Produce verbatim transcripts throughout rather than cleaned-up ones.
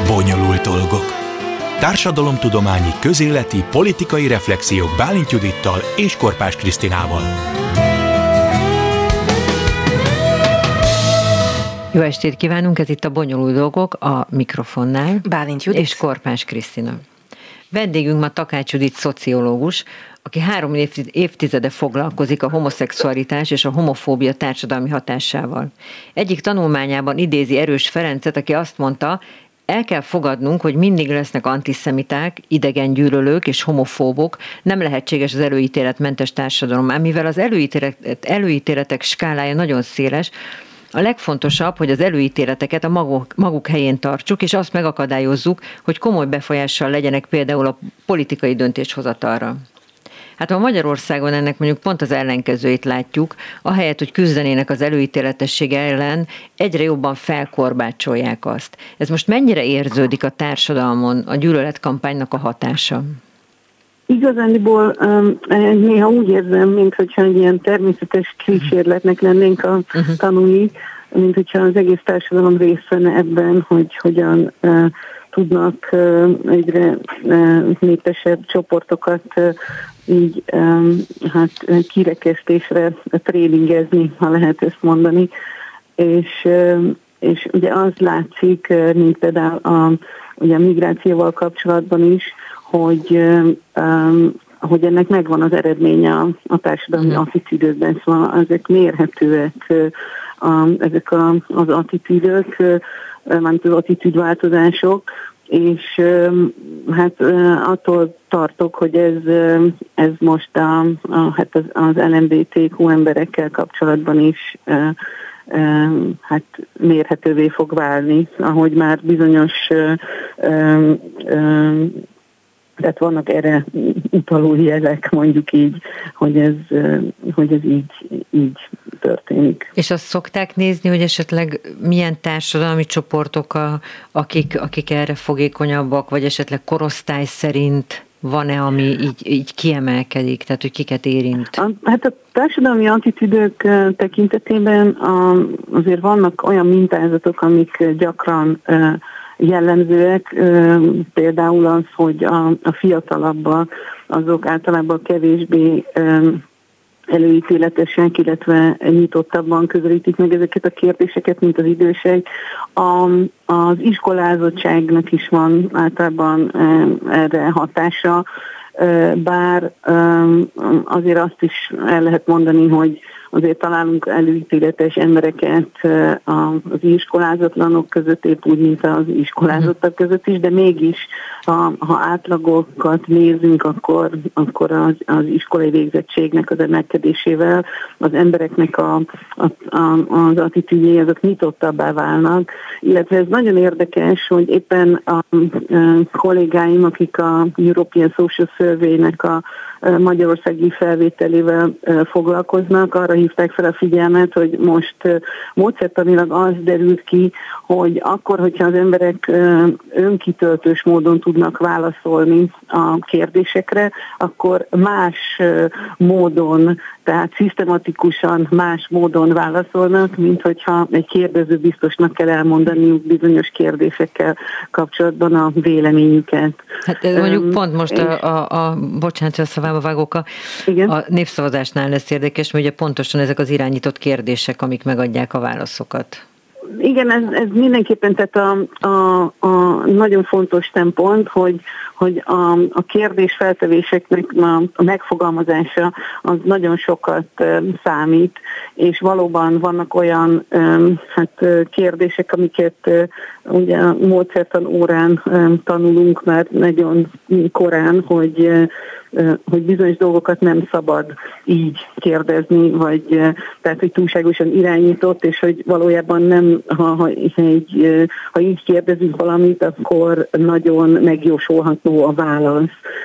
Bonyolult dolgok. Társadalomtudományi, közéleti, politikai reflexiók Bálint Judittal és Korpás Krisztinával. Jó estét kívánunk, ez itt a Bonyolult dolgok a mikrofonnál. Bálint Judit és Korpás Krisztina. Vendégünk ma Takács Judit szociológus, aki három évtizede foglalkozik a homoszexualitás és a homofóbia társadalmi hatásával. Egyik tanulmányában idézi Erős Ferencet, aki azt mondta, el kell fogadnunk, hogy mindig lesznek antiszemiták, idegengyűlölők és homofóbok, nem lehetséges az előítéletmentes társadalom. Ám mivel az előítélet, előítéletek skálája nagyon széles, a legfontosabb, hogy az előítéleteket a maguk, maguk helyén tartsuk, és azt megakadályozzuk, hogy komoly befolyással legyenek például a politikai döntéshozatalra. Hát a Magyarországon ennek mondjuk pont az ellenkezőjét látjuk, ahelyett, hogy küzdenének az előítéletesség ellen, egyre jobban felkorbácsolják azt. Ez most mennyire érződik a társadalmon, a gyűlöletkampánynak a hatása? Igazániból um, néha úgy érzem, mintha egy ilyen természetes kísérletnek lennénk a uh-huh. tanulni, mint hogyha az egész társadalom részt venne ebben, hogy hogyan uh, tudnak uh, egyre uh, népesebb csoportokat uh, így um, hát kirekesztésre tréningezni, ha lehet ezt mondani. És, uh, és ugye az látszik, uh, mint például a, ugye a migrációval kapcsolatban is, hogy, um, hogy ennek megvan az eredménye a, a társadalmi mm. attitűdökben, szóval ezek mérhetőek, a, ezek a, az attitűdök, mármint az attitűdváltozások, és um, hát uh, attól tartok, hogy ez, uh, ez most a, a, hát az, az el em bé té kú emberekkel kapcsolatban is uh, uh, hát mérhetővé fog válni, ahogy már bizonyos uh, um, um, tehát vannak erre utaló jelek, mondjuk így, hogy ez, hogy ez így, így történik. És azt szokták nézni, hogy esetleg milyen társadalmi csoportok, a, akik, akik erre fogékonyabbak, vagy esetleg korosztály szerint van-e, ami így, így kiemelkedik, tehát hogy kiket érint? A, hát a társadalmi attitűdök tekintetében a, azért vannak olyan mintázatok, amik gyakran jellemzőek, például az, hogy a, a fiatalabbak, azok általában kevésbé előítéletesek, illetve nyitottabban közelítik meg ezeket a kérdéseket, mint az idősek. A, az iskolázottságnak is van általában erre hatása, bár azért azt is el lehet mondani, hogy azért találunk előítéletes embereket az iskolázatlanok között, épp úgy, mint az iskolázottak között is, de mégis, ha, ha átlagokat nézünk, akkor, akkor az, az iskolai végzettségnek az emelkedésével az embereknek a, a, a, az attitűdjei azok nyitottabbá válnak, illetve ez nagyon érdekes, hogy éppen a, a kollégáim, akik a European Social Survey-nek a magyarországi felvételével foglalkoznak, arra hívták fel a figyelmet, hogy most módszertanilag az derült ki, hogy akkor, hogyha az emberek önkitöltős módon tudnak válaszolni a kérdésekre, akkor más módon, tehát szisztematikusan más módon válaszolnak, mint hogyha egy kérdező biztosnak kell elmondaniuk bizonyos kérdésekkel kapcsolatban a véleményüket. Hát ez mondjuk um, pont most a, a, a bocsánat, a szavába vágok, a, a népszavazásnál lesz érdekes, mert ugye pontosan ezek az irányított kérdések, amik megadják a válaszokat. Igen, ez, ez mindenképpen tehát a, a, a nagyon fontos szempont, hogy, hogy a, a kérdés feltevéseknek a, a megfogalmazása az nagyon sokat számít, és valóban vannak olyan hát, kérdések, amiket ugye a módszertan órán tanulunk már nagyon korán, hogy hogy bizonyos dolgokat nem szabad így kérdezni, vagy tehát, hogy túlságosan irányított, és hogy valójában nem, ha, ha, így, ha így kérdezünk valamit, akkor nagyon megjósolható a válasz.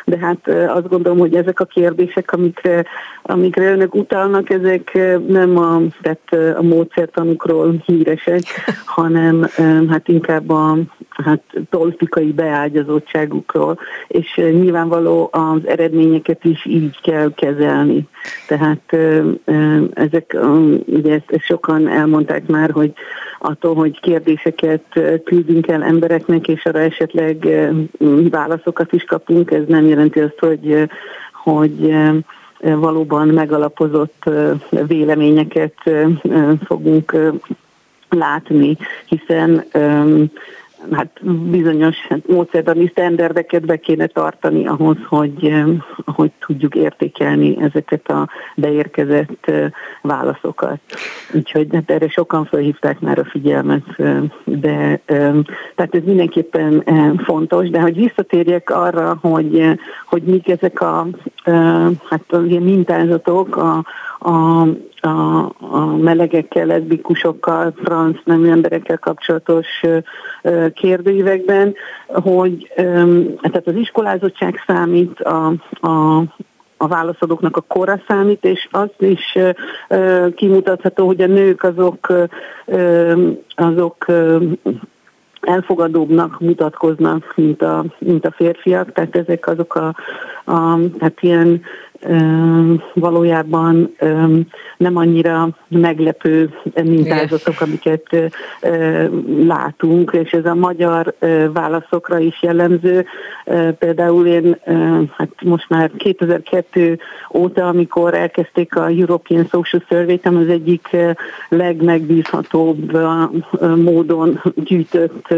de hát azt gondolom, hogy ezek a kérdések, amikre, amikre önök utalnak, ezek nem a, tehát a módszertanukról híresek, hanem hát inkább a hát, politikai beágyazottságukról, és nyilvánvaló az eredményeket is így kell kezelni. Tehát ezek, ugye ezt, ezt sokan elmondták már, hogy attól, hogy kérdéseket küldünk el embereknek, és arra esetleg válaszokat is kapunk, ez nem jelenti azt, hogy, hogy valóban megalapozott véleményeket fogunk látni, hiszen hát bizonyos hát módszertani sztenderdeket be kéne tartani ahhoz, hogy, hogy tudjuk értékelni ezeket a beérkezett válaszokat. Úgyhogy hát erre sokan felhívták már a figyelmet, de tehát ez mindenképpen fontos, de hogy visszatérjek arra, hogy, hogy mik ezek a, hát az ilyen mintázatok, a, a, a, a melegekkel, leszbikusokkal, transz nemű emberekkel kapcsolatos kérdőívekben, hogy tehát az iskolázottság számít, a, a, a válaszadóknak a kora számít, és azt is kimutatható, hogy a nők azok, azok elfogadóbbnak mutatkoznak, mint a, mint a férfiak, tehát ezek azok a, a hát ilyen valójában nem annyira meglepő mintázatok, amiket látunk, és ez a magyar válaszokra is jellemző. Például én hát most már kétezer-kettő óta, amikor elkezdték a European Social Survey-t, az egyik legmegbízhatóbb módon gyűjtött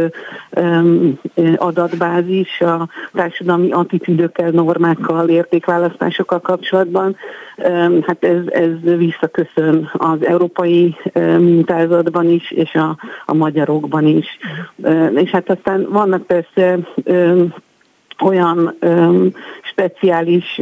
adatbázis a társadalmi attitűdökkel, normákkal, értékválasztásokkal kapcsolatban. Hát ez, ez visszaköszön az európai mintázatban is, és a, a magyarokban is. És hát aztán vannak persze olyan speciális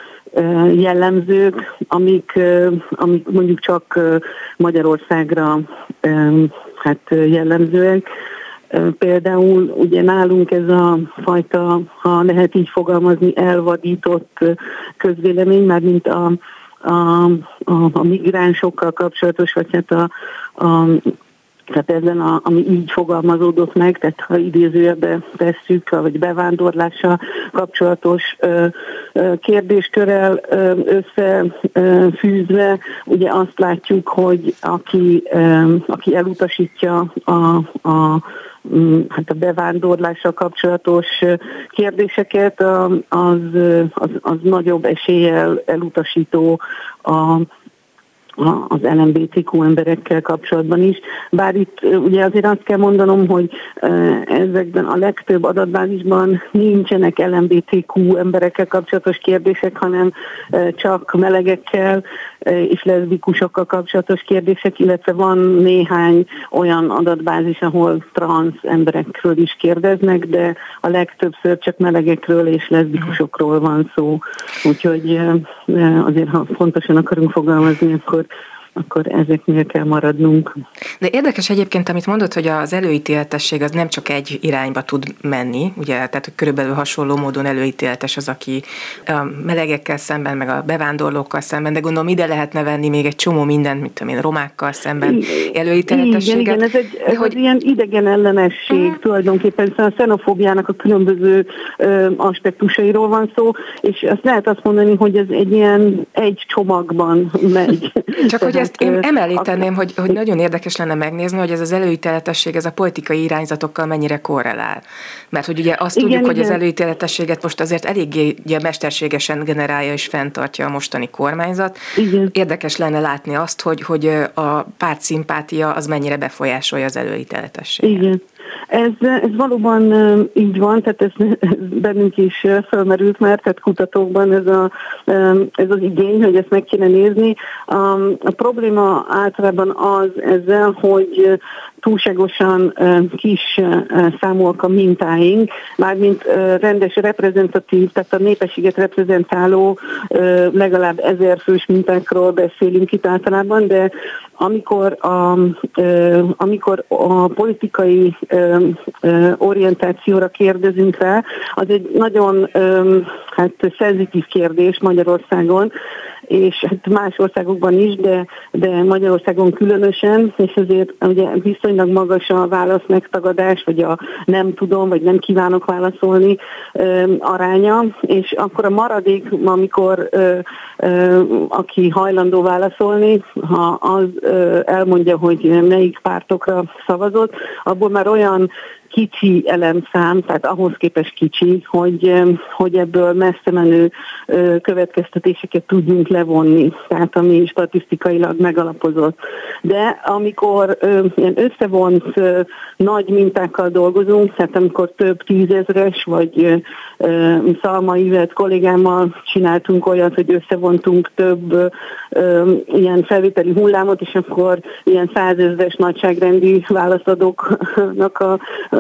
jellemzők, amik, amik mondjuk csak Magyarországra hát jellemzőek. Például ugye nálunk ez a fajta, ha lehet így fogalmazni, elvadított közvélemény, már mint a, a, a, a migránsokkal kapcsolatos, vagy hát a, a tehát ezen, a, ami így fogalmazódott meg, tehát ha idézőjelbe tesszük, vagy bevándorlással kapcsolatos ö, ö, kérdéskörrel ö, összefűzve, ugye azt látjuk, hogy aki, ö, aki elutasítja a, a hát a bevándorlással kapcsolatos kérdéseket, az, az, az nagyobb eséllyel elutasító a az el em bé té kú emberekkel kapcsolatban is. Bár itt ugye azért azt kell mondanom, hogy ezekben a legtöbb adatbázisban nincsenek el em bé té kú emberekkel kapcsolatos kérdések, hanem csak melegekkel és leszbikusokkal kapcsolatos kérdések, illetve van néhány olyan adatbázis, ahol transz emberekről is kérdeznek, de a legtöbbször csak melegekről és leszbikusokról van szó. Úgyhogy azért, ha fontosan akarunk fogalmazni, akkor akkor ezeknél kell maradnunk. De érdekes egyébként, amit mondod, hogy az előítéletesség az nem csak egy irányba tud menni, ugye, tehát körülbelül hasonló módon előítéletes az, aki a melegekkel szemben, meg a bevándorlókkal szemben, de gondolom ide lehetne venni még egy csomó mindent, mint tudom én, romákkal szemben előítéletességet. Igen, igen, ez, egy, ez hogy... az ilyen idegen ellenesség uh-huh. tulajdonképpen, szóval a xenofóbiának a különböző ö, aspektusairól van szó, és azt lehet azt mondani, hogy ez egy ilyen egy csomagban megy. Csak hogy ezt én emellé tenném, hogy, hogy nagyon érdekes lenne megnézni, hogy ez az előítéletesség, ez a politikai irányzatokkal mennyire korrelál. Mert hogy ugye azt igen, tudjuk, igen. hogy az előítéletességet most azért eléggé ugye, mesterségesen generálja és fenntartja a mostani kormányzat. Igen. Érdekes lenne látni azt, hogy, hogy a pártszimpátia az mennyire befolyásolja az előítéletességet. Igen. Ez, ez valóban így van, tehát ez, ez bennünk is felmerült már, tehát kutatókban ez, a, ez az igény, hogy ezt meg kéne nézni. A, a probléma általában az ezzel, hogy túlságosan kis számúak a mintáink, mármint rendes reprezentatív, tehát a népességet reprezentáló legalább ezer fős mintákról beszélünk itt általában, de amikor a, amikor a politikai orientációra kérdezünk rá, az egy nagyon hát szenzitív kérdés Magyarországon, és hát más országokban is, de, de Magyarországon különösen, és azért ugye viszonylag magas a válasz megtagadás, vagy a nem tudom, vagy nem kívánok válaszolni ö, aránya, és akkor a maradék, amikor ö, ö, aki hajlandó válaszolni, ha az ö, elmondja, hogy melyik pártokra szavazott, abból már olyan kicsi elemszám, tehát ahhoz képest kicsi, hogy, hogy ebből messze menő következtetéseket tudjunk levonni, tehát ami statisztikailag megalapozott. De amikor ilyen összevont nagy mintákkal dolgozunk, tehát amikor több tízezres, vagy Szalma Ivet kollégámmal csináltunk olyat, hogy összevontunk több ilyen felvételi hullámot, és akkor ilyen százezres nagyságrendű válaszadóknak a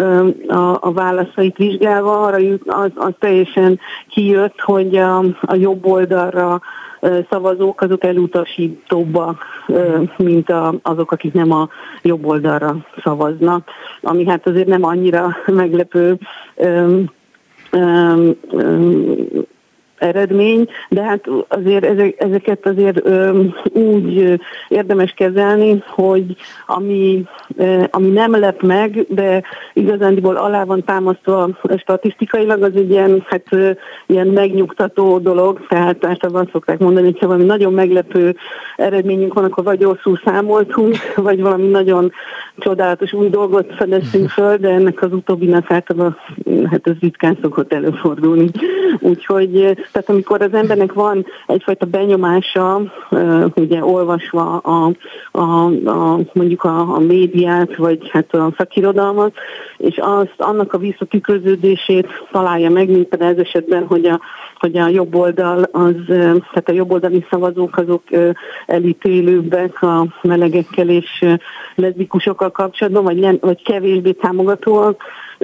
A, a válaszait vizsgálva, arra az, az teljesen kijött, hogy a, a jobb oldalra szavazók azok elutasítóbbak, mint a, azok, akik nem a jobb oldalra szavaznak, ami hát azért nem annyira meglepő öm, öm, öm, eredmény, de hát azért ezeket azért úgy érdemes kezelni, hogy ami, ami nem lep meg, de igazándiból alá van támasztva statisztikailag, az egy ilyen, hát, ilyen megnyugtató dolog, tehát általában szokták mondani, hogy ha valami nagyon meglepő eredményünk van, akkor vagy rosszul számoltunk, vagy valami nagyon csodálatos új dolgot fedeztünk föl, de ennek az utóbbinak általában hát ez ritkán szokott előfordulni. Úgyhogy tehát amikor az embernek van egyfajta benyomása, ugye olvasva a, a, a, mondjuk a, a médiát, vagy hát a szakirodalmat, és azt, annak a visszatükröződését találja meg, mint például ez esetben, hogy a, hogy a jobb oldal, az, tehát a jobboldali szavazók azok elítélőbbek a melegekkel és leszbikusokkal kapcsolatban, vagy, nem, vagy kevésbé támogatóak.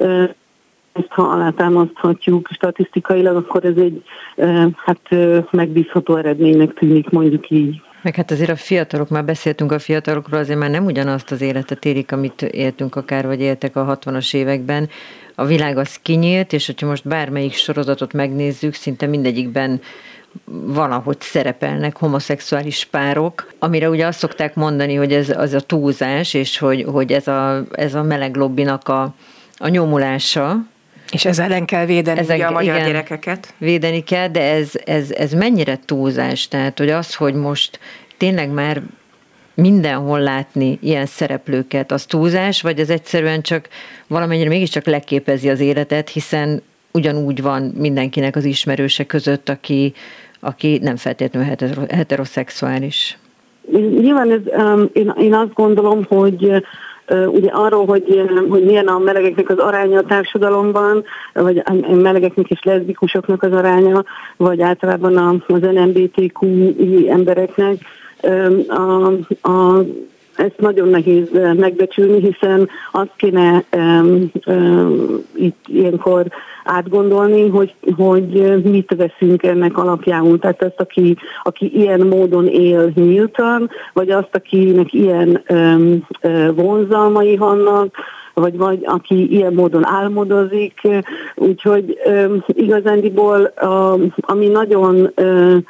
Ezt ha alátámaszthatjuk statisztikailag, akkor ez egy hát megbízható eredménynek tűnik, mondjuk így. Meg hát azért a fiatalok, már beszéltünk a fiatalokról, azért már nem ugyanazt az életet élik, amit éltünk akár, vagy éltek a hatvanas években. A világ az kinyílt, és hogyha most bármelyik sorozatot megnézzük, szinte mindegyikben valahogy szerepelnek homoszexuális párok, amire ugye azt szokták mondani, hogy ez az a túlzás, és hogy, hogy ez, a, ez a meleg lobbinak a, a nyomulása. És ezzel ellen kell védeni Ezen, ugye a magyar igen, gyerekeket. Védeni kell, de ez, ez, ez mennyire túlzás? Tehát, hogy az, hogy most tényleg már mindenhol látni ilyen szereplőket, az túlzás, vagy ez egyszerűen csak valamennyire mégiscsak leképezi az életet, hiszen ugyanúgy van mindenkinek az ismerőse között, aki, aki nem feltétlenül heteroszexuális. Nyilván ez, um, én, én azt gondolom, hogy Uh, ugye arról, hogy, hogy milyen a melegeknek az aránya a társadalomban, vagy a melegeknek és leszbikusoknak az aránya, vagy általában az en em bé té kú embereknek, um, a, a, ezt nagyon nehéz megbecsülni, hiszen azt kéne um, um, itt ilyenkor átgondolni, hogy, hogy mit veszünk ennek alapjául. Tehát azt, aki, aki ilyen módon él nyíltan, vagy azt, akinek ilyen um, vonzalmai vannak, vagy, vagy aki ilyen módon álmodozik. Úgyhogy um, igazándiból um, ami nagyon um,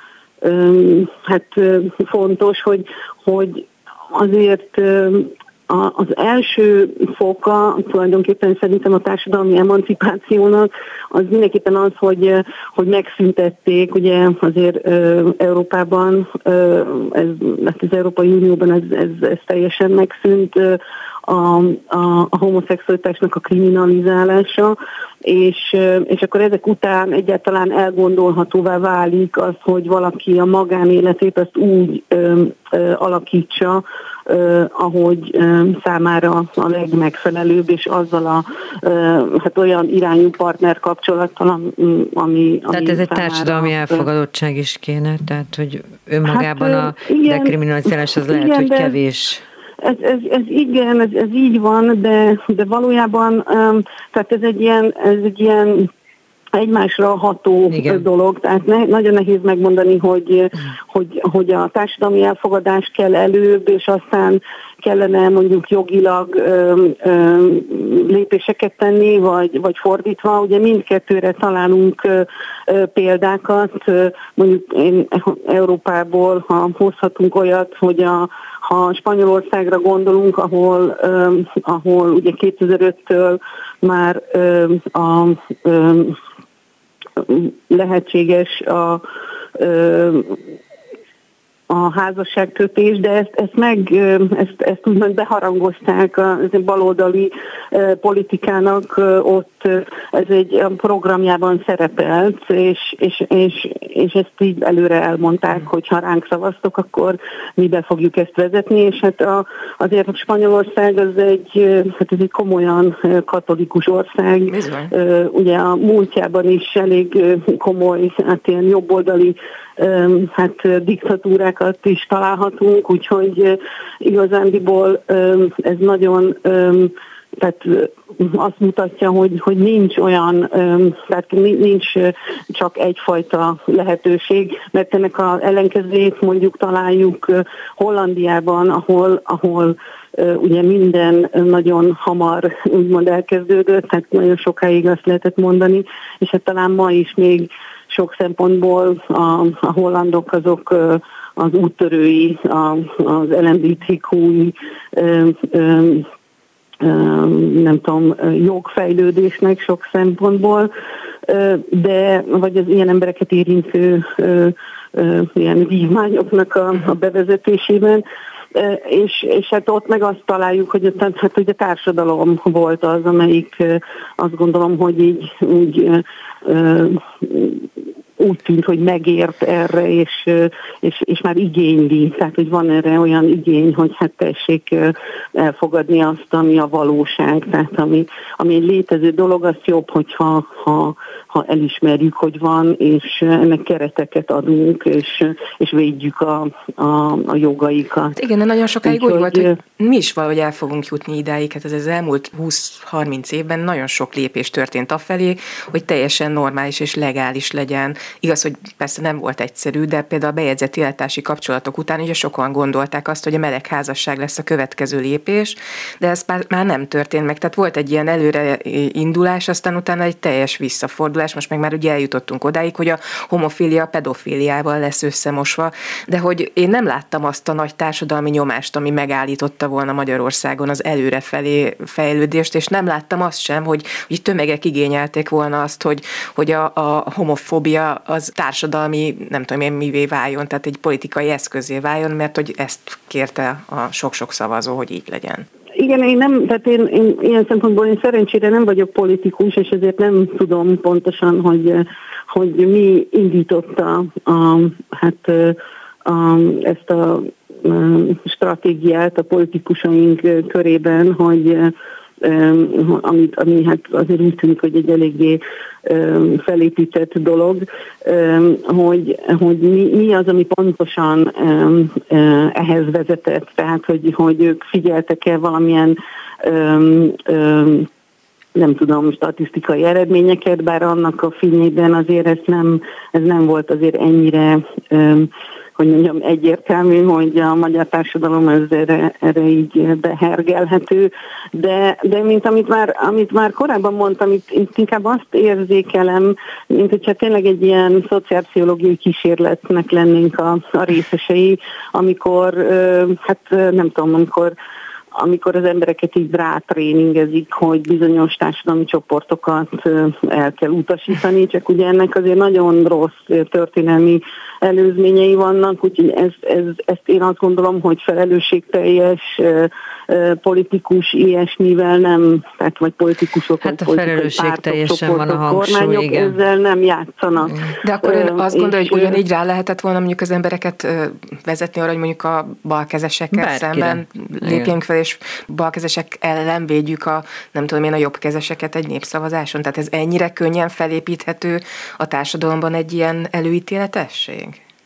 um, hát, um, fontos, hogy, hogy azért um, az első foka tulajdonképpen szerintem a társadalmi emancipációnak az mindenképpen az, hogy, hogy megszüntették, ugye azért Európában, ez, az Európai Unióban ez, ez, ez teljesen megszűnt, a, a, a homoszexualitásnak a kriminalizálása, és, és akkor ezek után egyáltalán elgondolhatóvá válik az, hogy valaki a magánéletét azt úgy ö, ö, alakítsa, ö, ahogy ö, számára a legmegfelelőbb, és azzal a ö, hát olyan irányú partner kapcsolattal, ami... Tehát ami ez egy számára, társadalmi elfogadottság is kéne, tehát hogy önmagában hát, a igen, dekriminalizálás az lehet, igen, hogy de... kevés. Ez, ez, ez igen, ez, ez így van, de, de valójában um, tehát ez egy ilyen, ez egy ilyen egymásra ható Igen. dolog, tehát ne, nagyon nehéz megmondani, hogy, hogy, hogy a társadalmi elfogadás kell előbb, és aztán kellene mondjuk jogilag ö, ö, lépéseket tenni, vagy, vagy fordítva. Ugye mindkettőre találunk ö, ö, példákat, ö, mondjuk én Európából, ha hozhatunk olyat, hogy a ha Spanyolországra gondolunk, ahol, ö, ahol ugye kétezer-öttől már ö, a ö, lehetséges a, a házasságkötés, de ezt, ezt meg, ezt, ezt úgymond beharangozták a baloldali politikának, ott ez egy programjában szerepelt, és, és, és, és ezt így előre elmondták, hogy ha ránk szavaztok, akkor mi be fogjuk ezt vezetni, és hát a, azért Spanyolország az egy, hát ez egy komolyan katolikus ország. Bizony. Ugye a múltjában is elég komoly, hát ilyen jobboldali hát diktatúrákat is találhatunk, úgyhogy igazándiból ez nagyon, tehát azt mutatja, hogy, hogy nincs olyan, tehát nincs csak egyfajta lehetőség, mert ennek az ellenkezőjét mondjuk találjuk Hollandiában, ahol, ahol ugye minden nagyon hamar úgymond elkezdődött, tehát nagyon sokáig azt lehetett mondani, és hát talán ma is még sok szempontból a, a hollandok azok az úttörői, a, az el em bé té kú nem tudom, jogfejlődésnek sok szempontból, de vagy az ilyen embereket érintő ilyen vívmányoknak a, a bevezetésében, és, és hát ott meg azt találjuk, hogy, hát, hogy a társadalom volt az, amelyik azt gondolom, hogy így úgy úgy tűnt, hogy megért erre, és, és, és már igényli. Tehát, hogy van erre olyan igény, hogy hát tessék elfogadni azt, ami a valóság. Tehát, ami, ami egy létező dolog, az jobb, hogyha ha, ha elismerjük, hogy van, és ennek kereteket adunk, és, és védjük a, a, a jogaikat. Igen, de nagyon sokáig úgy, úgy volt, hogy mi is valahogy el fogunk jutni idáig. Hát ez az elmúlt húsz-harminc évben nagyon sok lépés történt afelé, hogy teljesen normális és legális legyen. Igaz, hogy persze nem volt egyszerű, de például a bejegyzett élettársi kapcsolatok után ugye sokan gondolták azt, hogy a melegházasság lesz a következő lépés, de ez már nem történt meg. Tehát volt egy ilyen előre indulás, aztán utána egy teljes visszafordulás, most meg már ugye eljutottunk odáig, hogy a homofília pedofíliával lesz összemosva, de hogy én nem láttam azt a nagy társadalmi nyomást, ami megállította volna Magyarországon az előrefelé fejlődést, és nem láttam azt sem, hogy, hogy tömegek igényelték volna azt, hogy, hogy a, a homofóbia az társadalmi, nem tudom én mivé váljon, tehát egy politikai eszközé váljon, mert hogy ezt kérte a sok-sok szavazó, hogy így legyen. Igen, én nem, tehát én, én ilyen szempontból én szerencsére nem vagyok politikus, és ezért nem tudom pontosan, hogy, hogy mi indította a, hát, a, ezt a stratégiát a politikusaink körében, hogy amit, ami hát azért úgy tűnik, hogy egy eléggé felépített dolog, hogy, hogy mi, mi az, ami pontosan ehhez vezetett, tehát hogy, hogy ők figyeltek-e valamilyen nem tudom, statisztikai eredményeket, bár annak a fényében azért ez nem, ez nem volt azért ennyire, hogy mondjam, egyértelmű, hogy a magyar társadalom ez erre, erre így behergelhető, de, de mint amit már, amit már korábban mondtam, itt inkább azt érzékelem, mint hogyha tényleg egy ilyen szociálpszichológiai kísérletnek lennénk a, a részesei, amikor, hát nem tudom, amikor amikor az embereket így rátréningezik, hogy bizonyos társadalmi csoportokat el kell utasítani, csak ugye ennek azért nagyon rossz történelmi előzményei vannak, úgyhogy ez, ez, ezt én azt gondolom, hogy felelősségteljes politikus ilyesmivel nem, tehát vagy politikusok, hát vagy politikai pártok, csoportok, kormányok igen. ezzel nem játszanak. De akkor ön azt gondolja, hogy ugyanígy rá lehetett volna mondjuk az embereket vezetni arra, hogy mondjuk a balkezesekkel Bárkire. szemben lépjünk fel, és balkezesek ellen védjük a, nem tudom én, a jobbkezeseket egy népszavazáson? Tehát ez ennyire könnyen felépíthető a társadalomban egy ilyen előítéletesség?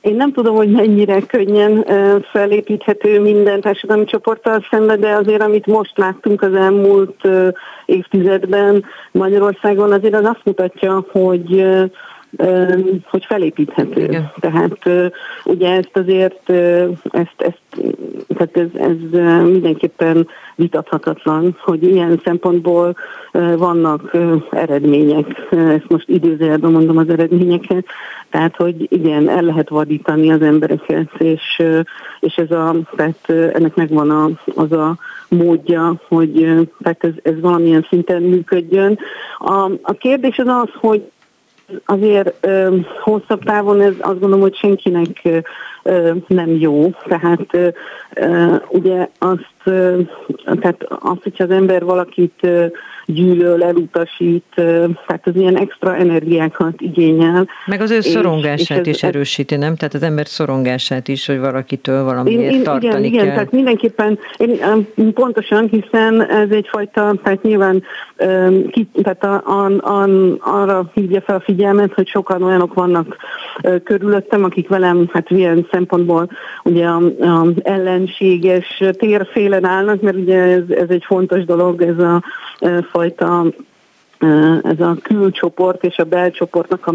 Én nem tudom, hogy mennyire könnyen felépíthető minden társadalmi csoporttal szemben, de azért, amit most láttunk az elmúlt évtizedben Magyarországon, azért az azt mutatja, hogy hogy felépíthető. Igen. Tehát ugye ezt azért, ezt, ezt, tehát ez, ez mindenképpen vitathatatlan, hogy ilyen szempontból vannak eredmények. Ezt most idézőjelben mondom az eredményeket. Tehát, hogy igen, el lehet vadítani az embereket, és, és ez a, tehát ennek megvan a, az a módja, hogy tehát ez, ez valamilyen szinten működjön. A, a kérdés az az, hogy azért ö, hosszabb távon ez azt gondolom, hogy senkinek ö, nem jó. Tehát ö, ugye azt, ö, tehát azt, hogyha az ember valakit ö, gyűlöl, elutasít, ö, tehát az ilyen extra energiákat igényel. Meg az ő szorongását és, és is ez, erősíti, nem? Tehát az ember szorongását is, hogy valakitől valamiért én, én, tartani igen, kell. Igen, tehát mindenképpen én, pontosan, hiszen ez egyfajta, tehát nyilván ö, ki, tehát a, a, a, arra hívja fel a figyelmet, hogy sokan olyanok vannak ö, körülöttem, akik velem hát ilyen szempontból ugye a, a ellenséges térfélen állnak, mert ugye ez, ez egy fontos dolog, ez a ö, fajta ez a külcsoport és a belcsoportnak a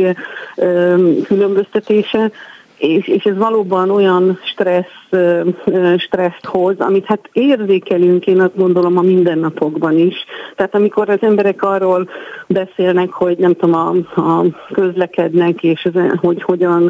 megkülönböztetése, és, és ez valóban olyan stressz, stresszt hoz, amit hát érzékelünk, én azt gondolom, a mindennapokban is. Tehát amikor az emberek arról beszélnek, hogy nem tudom, a, a közlekednek, és az, hogy hogyan,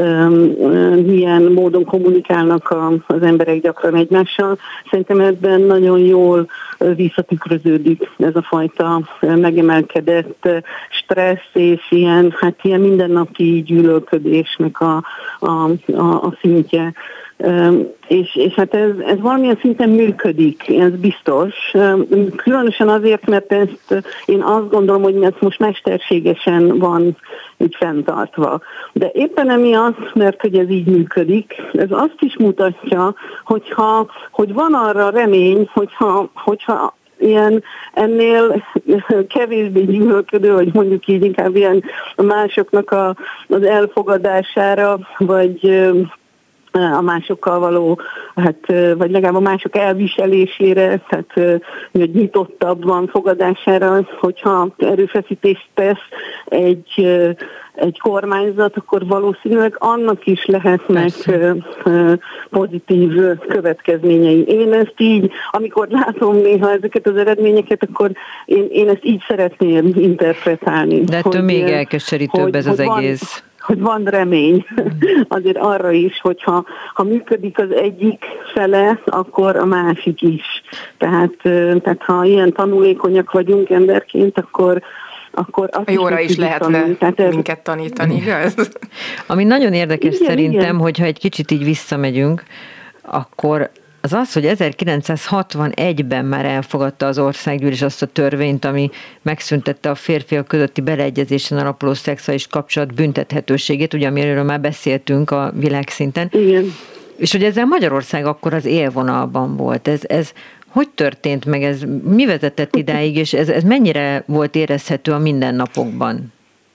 milyen módon kommunikálnak a, az emberek gyakran egymással, szerintem ebben nagyon jól visszatükröződik ez a fajta megemelkedett stressz, és ilyen, hát ilyen mindennapi gyűlölködésnek a, a, a, a szintje. És, és hát ez, ez valamilyen szinten működik, ez biztos. Különösen azért, mert ezt én azt gondolom, hogy ez most mesterségesen van így fenntartva. De éppen emiatt, mert hogy ez így működik, ez azt is mutatja, hogyha, hogy van arra remény, hogyha, hogyha ilyen ennél kevésbé gyűlölködő, vagy mondjuk így inkább ilyen másoknak a, az elfogadására, vagy a másokkal való, hát, vagy legalább a mások elviselésére, tehát hogy nyitottabban fogadására, hogyha erőfeszítést tesz egy, egy kormányzat, akkor valószínűleg annak is lehetnek Persze. pozitív következményei. Én ezt így, amikor látom néha ezeket az eredményeket, akkor én, én ezt így szeretném interpretálni. De ettől még elkeserítőbb hogy, ez az van, egész. Hogy van remény azért arra is, hogyha ha működik az egyik fele, akkor a másik is. Tehát, tehát ha ilyen tanulékonyak vagyunk emberként, akkor akkor a jóra is, is lehetne ez... minket tanítani, igaz? Ami nagyon érdekes igen, szerintem, igen. hogyha egy kicsit így visszamegyünk, akkor az az, hogy ezerkilencszázhatvanegyben már elfogadta az országgyűlés azt a törvényt, ami megszüntette a férfiak közötti beleegyezésen alapuló szexuális kapcsolat büntethetőségét, ugye amiről már beszéltünk a világszinten. Igen. És hogy ezzel Magyarország akkor az élvonalban volt. Ez, ez hogy történt meg, ez mi vezetett idáig, és ez, ez mennyire volt érezhető a mindennapokban?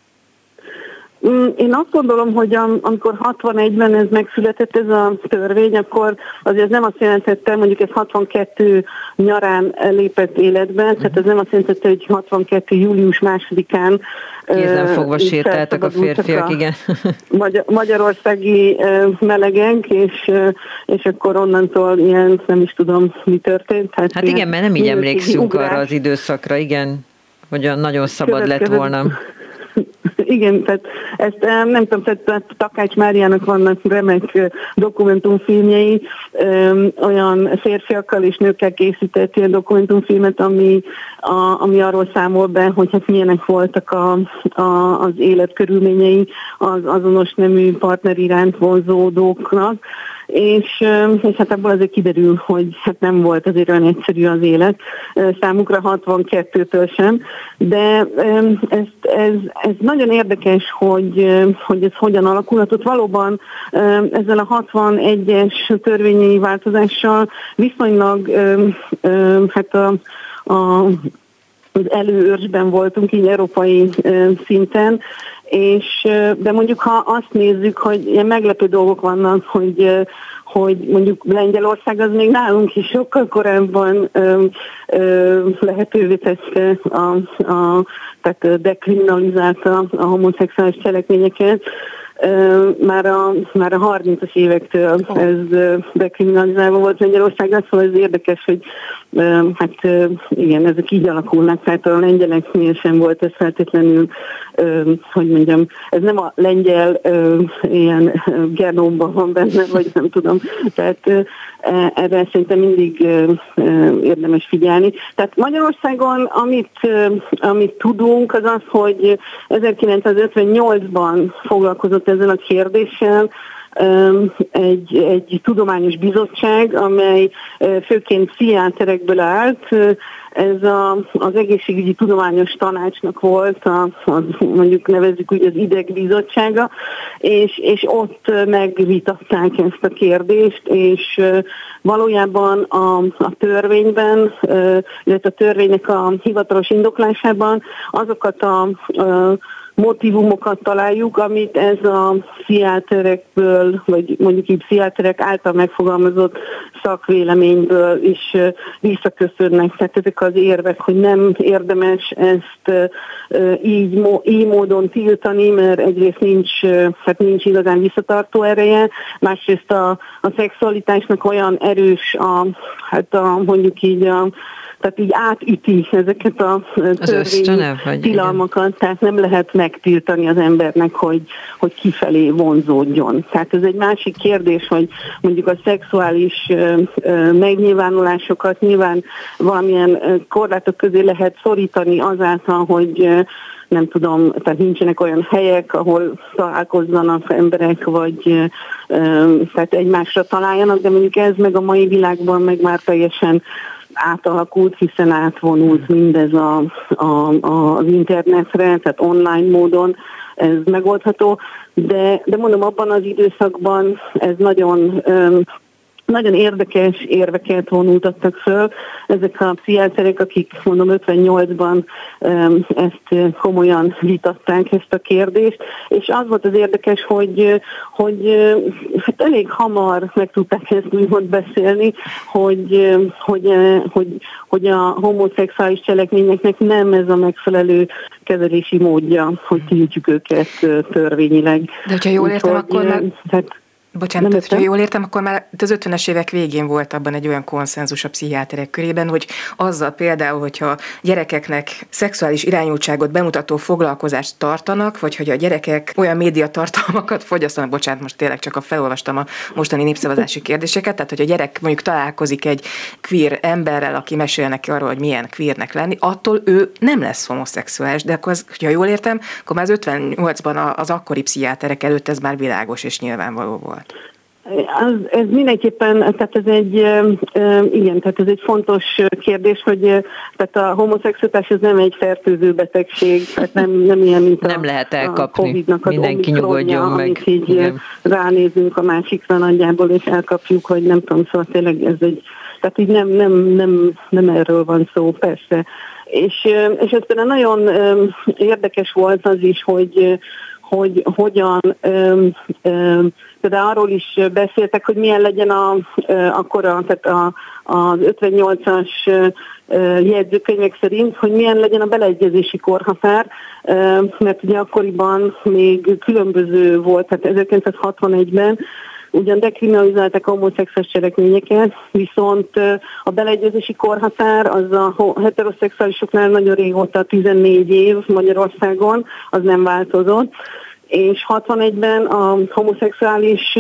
Én azt gondolom, hogy amikor hatvanegyben ez megszületett ez a törvény, akkor azért nem azt jelentette, mondjuk ez hatvankettő nyarán lépett életbe, uh-huh. tehát ez nem azt jelentette, hogy hatvankettő július másodikán kézen fogva sétáltak a férfiak, igen. Magyar, magyarországi melegek, és, és akkor onnantól ilyen, nem is tudom, mi történt. Hát, hát igen, mert nem így emlékszünk ugrás. Arra az időszakra, igen, hogy nagyon szabad lett volna. Igen, tehát ezt nem tudom, tehát Takács Máriának vannak remek dokumentumfilmjei, olyan férfiakkal és nőkkel készített ilyen dokumentumfilmet, ami, a, ami arról számol be, hogy hát milyenek voltak a, a, az életkörülményei az azonos nemű partner iránt vonzódóknak, és, és hát ebből azért kiderül, hogy hát nem volt azért olyan egyszerű az élet számukra hatvankettőtől sem, de ez, ez, ez nagyon érdekes, hogy, hogy ez hogyan alakulhatott. Valóban ezzel a hatvanegyes törvényi változással viszonylag hát a, a az előőrsben voltunk így európai szinten, és, de mondjuk ha azt nézzük, hogy ilyen meglepő dolgok vannak, hogy hogy mondjuk Lengyelország az még nálunk is sokkal korábban ö, ö, lehetővé tette, a, a, tehát dekriminalizálta a homoszexuális cselekményeket. Már a, már a harmincas évektől oh. ez dekriminalizálva volt Lengyelországban, szóval ez érdekes, hogy hát igen, ezek így alakulnak, tehát a lengyeleknél sem volt ez feltétlenül, hogy mondjam, ez nem a lengyel ilyen genómban van benne, vagy nem tudom, tehát erre szerintem mindig érdemes figyelni. Tehát Magyarországon, amit, amit tudunk, az az, hogy ezerkilencszázötvennyolcban foglalkozott ezzel a kérdéssel egy, egy tudományos bizottság, amely főként pszichiáterekből állt. Ez a, az egészségügyi tudományos tanácsnak volt, a, a, mondjuk nevezzük úgy az idegbizottsága, és, és ott megvitatták ezt a kérdést, és valójában a, a törvényben, illetve a törvénynek a hivatalos indoklásában azokat a, a motivumokat találjuk, amit ez a pszichiáterekből, vagy mondjuk így pszichiáterek által megfogalmazott szakvéleményből is visszaköszönnek. Tehát ezek az érvek, hogy nem érdemes ezt így, így módon tiltani, mert egyrészt nincs, hát nincs igazán visszatartó ereje, másrészt a, a szexualitásnak olyan erős, a, hát a, mondjuk így a tehát így átüti ezeket a törvényi tilalmakat, tehát nem lehet megtiltani az embernek, hogy, hogy kifelé vonzódjon. Tehát ez egy másik kérdés, hogy mondjuk a szexuális megnyilvánulásokat nyilván valamilyen korlátok közé lehet szorítani azáltal, hogy nem tudom, tehát nincsenek olyan helyek, ahol találkozzanak emberek, vagy tehát egymásra találjanak, de mondjuk ez meg a mai világban meg már teljesen átalakult, hiszen átvonult mindez a, a, a, az internetre, tehát online módon ez megoldható, de, de mondom, abban az időszakban ez nagyon, nagyon érdekes érveket vonultattak föl. Ezek a pszichiáterek, akik mondom ötvennyolcban ezt komolyan vitatták, ezt a kérdést, és az volt az érdekes, hogy, hogy hát elég hamar meg tudták ezt úgymond beszélni, hogy, hogy, hogy, hogy a homoszexuális cselekményeknek nem ez a megfelelő kezelési módja, hogy tiltjuk őket törvényileg. De hogyha jól értem, úgy, akkor már... Tehát, Bocsánat, tehát, hogyha jól értem, akkor már az ötvenes évek végén volt abban egy olyan konszenzus a pszichiáterek körében, hogy azzal például, hogyha gyerekeknek szexuális irányultságot bemutató foglalkozást tartanak, vagy hogy a gyerekek olyan médiatartalmakat fogyasztanak, bocsánat, most tényleg csak a felolvastam a mostani népszavazási kérdéseket, tehát hogy a gyerek mondjuk találkozik egy queer emberrel, aki mesél neki arról, hogy milyen queernek lenni, attól ő nem lesz homoszexuális, de akkor az, hogyha jól értem, akkor már az ötvennyolcban az akkori pszichiáterek előtt ez már világos és nyilvánvaló volt. Az, ez mindenképpen, tehát ez egy, igen, tehát ez egy fontos kérdés, hogy tehát a homoszexualitás ez nem egy fertőző betegség, tehát nem, nem ilyen, mint a, nem lehet elkapni. a Covid-nak az mindenki nyugodjon meg. amit így igen. ránézünk a másikra nagyjából, és elkapjuk, hogy nem tudom, szóval tényleg ez egy, tehát így nem, nem, nem, nem erről van szó, persze. És, és ez például nagyon érdekes volt az is, hogy hogy hogyan, öm, öm, például arról is beszéltek, hogy milyen legyen a, akkor a, tehát a, az ötvennyolcas jegyzőkönyvek szerint, hogy milyen legyen a beleegyezési korhatár, mert ugye akkoriban még különböző volt, tehát ezerkilencszázhatvanegyben ugyan dekriminalizálták a homoszexuális cselekményeket, viszont a beleegyezési korhatár az a heteroszexuálisoknál nagyon régóta tizennégy év Magyarországon, az nem változott, és hatvanegyben a homoszexuális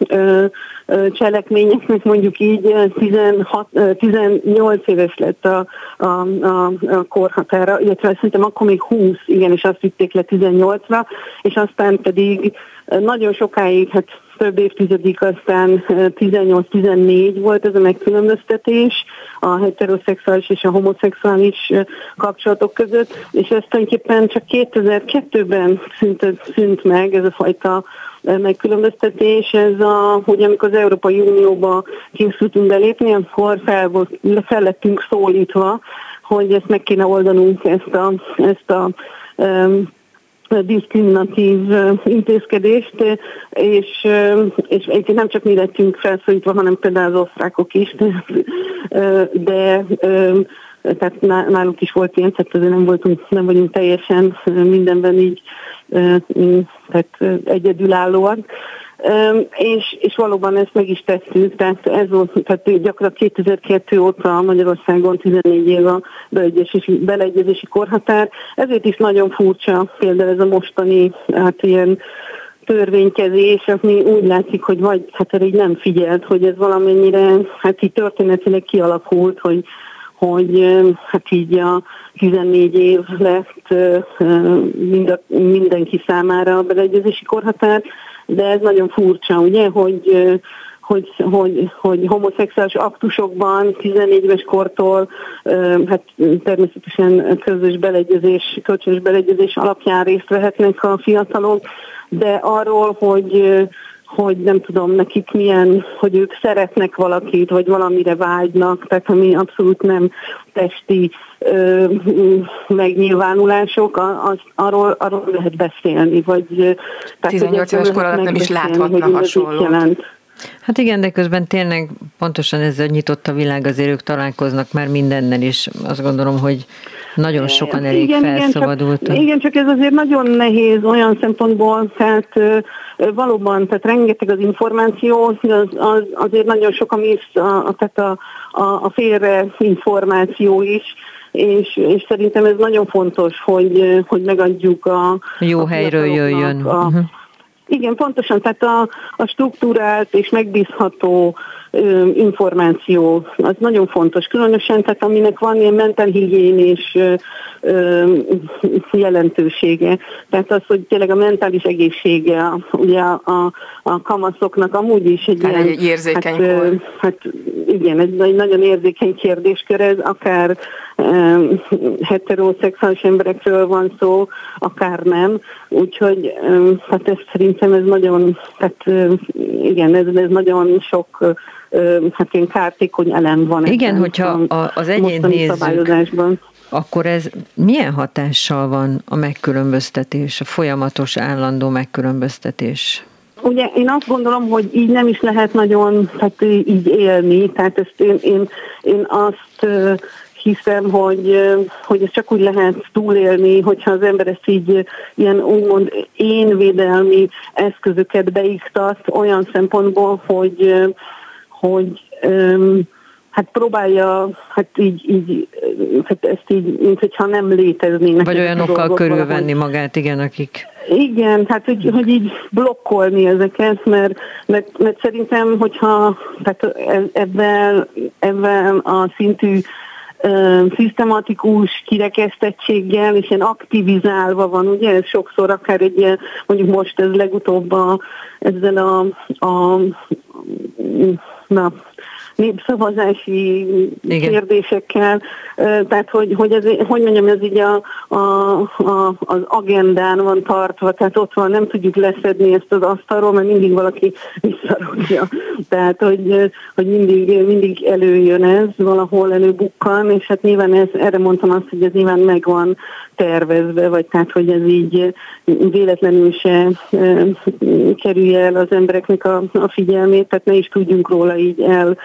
cselekményeknek mondjuk így tizenhat, tizennyolc éves lett a, a, a, a korhatára, illetve szerintem akkor még húsz, igen, és azt vitték le tizennyolcra, és aztán pedig nagyon sokáig, hát több évtizedig, aztán tizennyolc-tizennégy volt ez a megkülönböztetés a heteroszexuális és a homoszexuális kapcsolatok között, és ez tulajdonképpen csak kétezer-kettőben szűnt, szűnt meg ez a fajta megkülönböztetés, ez a, hogy amikor az Európai Unióba készültünk belépni, akkor fel, fel lettünk szólítva, hogy ezt meg kéne oldanunk, ezt a, ezt a um, diszkriminatív intézkedést, és, és egyébként nem csak mi lettünk felszólítva, hanem például az osztrákok is, de, de tehát náluk is volt ilyen, tehát azért nem, voltunk, nem vagyunk teljesen mindenben így tehát egyedülállóak. És, és valóban ezt meg is tettük, tehát ez volt, tehát gyakorlatilag kétezer-kettő óta Magyarországon tizennégy év a beleegyezési, beleegyezési korhatár, ezért is nagyon furcsa például ez a mostani hát ilyen törvénykezés, ami úgy látszik, hogy vagy hát erre így nem figyelt, hogy ez valamennyire hát így történetileg kialakult, hogy hogy hát így a tizennégy év lett mind a, mindenki számára a beleegyezési korhatár, de ez nagyon furcsa, ugye, hogy, hogy, hogy, hogy homoszexuális aktusokban tizennégy éves kortól hát természetesen közös beleegyezés, kölcsönös beleegyezés alapján részt vehetnek a fiatalok, de arról, hogy hogy nem tudom nekik milyen, hogy ők szeretnek valakit, vagy valamire vágynak, tehát ami abszolút nem testi ö, megnyilvánulások, az, arról, arról lehet beszélni, vagy tizennyolc éves kor alatt nem is láthatna hasonlót. Hát igen, de közben tényleg pontosan ezzel nyitott a világ, azért ők találkoznak már mindennel is. Azt gondolom, hogy nagyon sokan elég igen, felszabadultak. Igen csak, igen, csak ez azért nagyon nehéz olyan szempontból, tehát valóban, tehát rengeteg az információ, az, az, azért nagyon sok a, a, tehát a, a, a félre információ is, és, és szerintem ez nagyon fontos, hogy, hogy megadjuk a... Jó a helyről jöjjön. A, uh-huh. Igen, pontosan, tehát a, a struktúrált és megbízható ö, információ, az nagyon fontos, különösen, tehát aminek van ilyen mentálhigiénés jelentősége. Tehát az, hogy tényleg a mentális egészsége, a, ugye a, a, a kamaszoknak amúgy is egy ilyen, egy érzékeny hát, ö, hát igen, egy, egy nagyon érzékeny kérdéskör ez, akár ö, heteroszexuális emberekről van szó, akár nem. Úgyhogy ö, hát ez szerintem ez nagyon, tehát ö, igen, ez, ez nagyon sok ö, hát ilyen kártékony elem van. Igen, hogyha a, az egyént nézzük, akkor ez milyen hatással van a megkülönböztetés, a folyamatos állandó megkülönböztetés? Ugye én azt gondolom, hogy így nem is lehet nagyon tehát így élni, tehát ezt én, én, én azt hiszem, hogy, hogy ezt csak úgy lehet túlélni, hogyha az ember ezt így ilyen úgymond énvédelmi eszközöket beiktat olyan szempontból, hogy, hogy hát próbálja, hát így, így hát ezt így, mint hogyha nem léteznének. Vagy olyanokkal körülvenni magát, igen, akik... Igen, hát hogy, hogy így blokkolni ezeket, mert, mert, mert szerintem, hogyha tehát ebben, ebben a szintű uh, szisztematikus kirekesztettséggel és ilyen aktivizálva van, ugye ez sokszor akár egy ilyen, mondjuk most ez legutóbb a, ezzel a, a na, népszavazási igen. kérdésekkel, tehát hogy, hogy, ez, hogy mondjam, ez így a, a, a, az agendán van tartva, tehát ott van, nem tudjuk leszedni ezt az asztalról, mert mindig valaki visszarúgja. Tehát, hogy, hogy mindig, mindig előjön ez, valahol előbukkan, és hát nyilván ez, erre mondtam azt, hogy ez nyilván meg van tervezve, vagy tehát, hogy ez így véletlenül se e, kerülje el az embereknek a, a figyelmét, tehát ne is tudjunk róla így el